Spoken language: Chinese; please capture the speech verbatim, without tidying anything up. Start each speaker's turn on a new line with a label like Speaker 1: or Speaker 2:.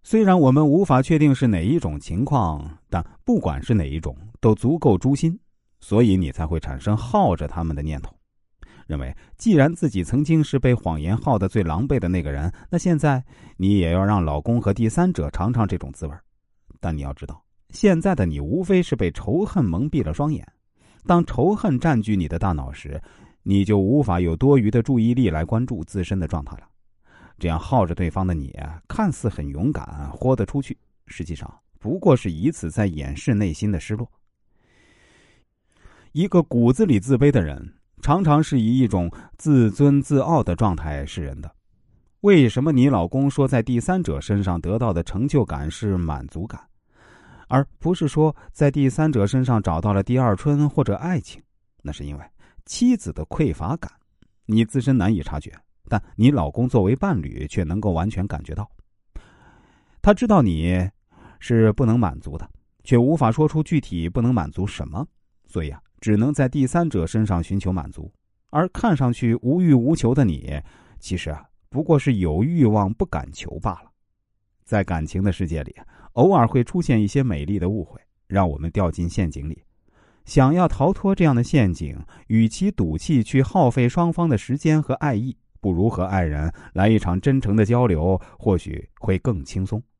Speaker 1: 虽然我们无法确定是哪一种情况，但不管是哪一种，都足够诛心，所以你才会产生耗着他们的念头。认为既然自己曾经是被谎言耗得最狼狈的那个人，那现在你也要让老公和第三者尝尝这种滋味。但你要知道，现在的你无非是被仇恨蒙蔽了双眼。当仇恨占据你的大脑时，你就无法有多余的注意力来关注自身的状态了。这样耗着对方的你，看似很勇敢，豁得出去，实际上不过是以此在掩饰内心的失落。一个骨子里自卑的人，常常是以一种自尊自傲的状态示人的。为什么你老公说在第三者身上得到的成就感是满足感，而不是说在第三者身上找到了第二春或者爱情？那是因为妻子的匮乏感，你自身难以察觉，但你老公作为伴侣却能够完全感觉到。他知道你是不能满足的，却无法说出具体不能满足什么，所以啊，只能在第三者身上寻求满足。而看上去无欲无求的你，其实啊，不过是有欲望不敢求罢了。在感情的世界里，偶尔会出现一些美丽的误会，让我们掉进陷阱里。想要逃脱这样的陷阱，与其赌气去耗费双方的时间和爱意，不如和爱人来一场真诚的交流，或许会更轻松。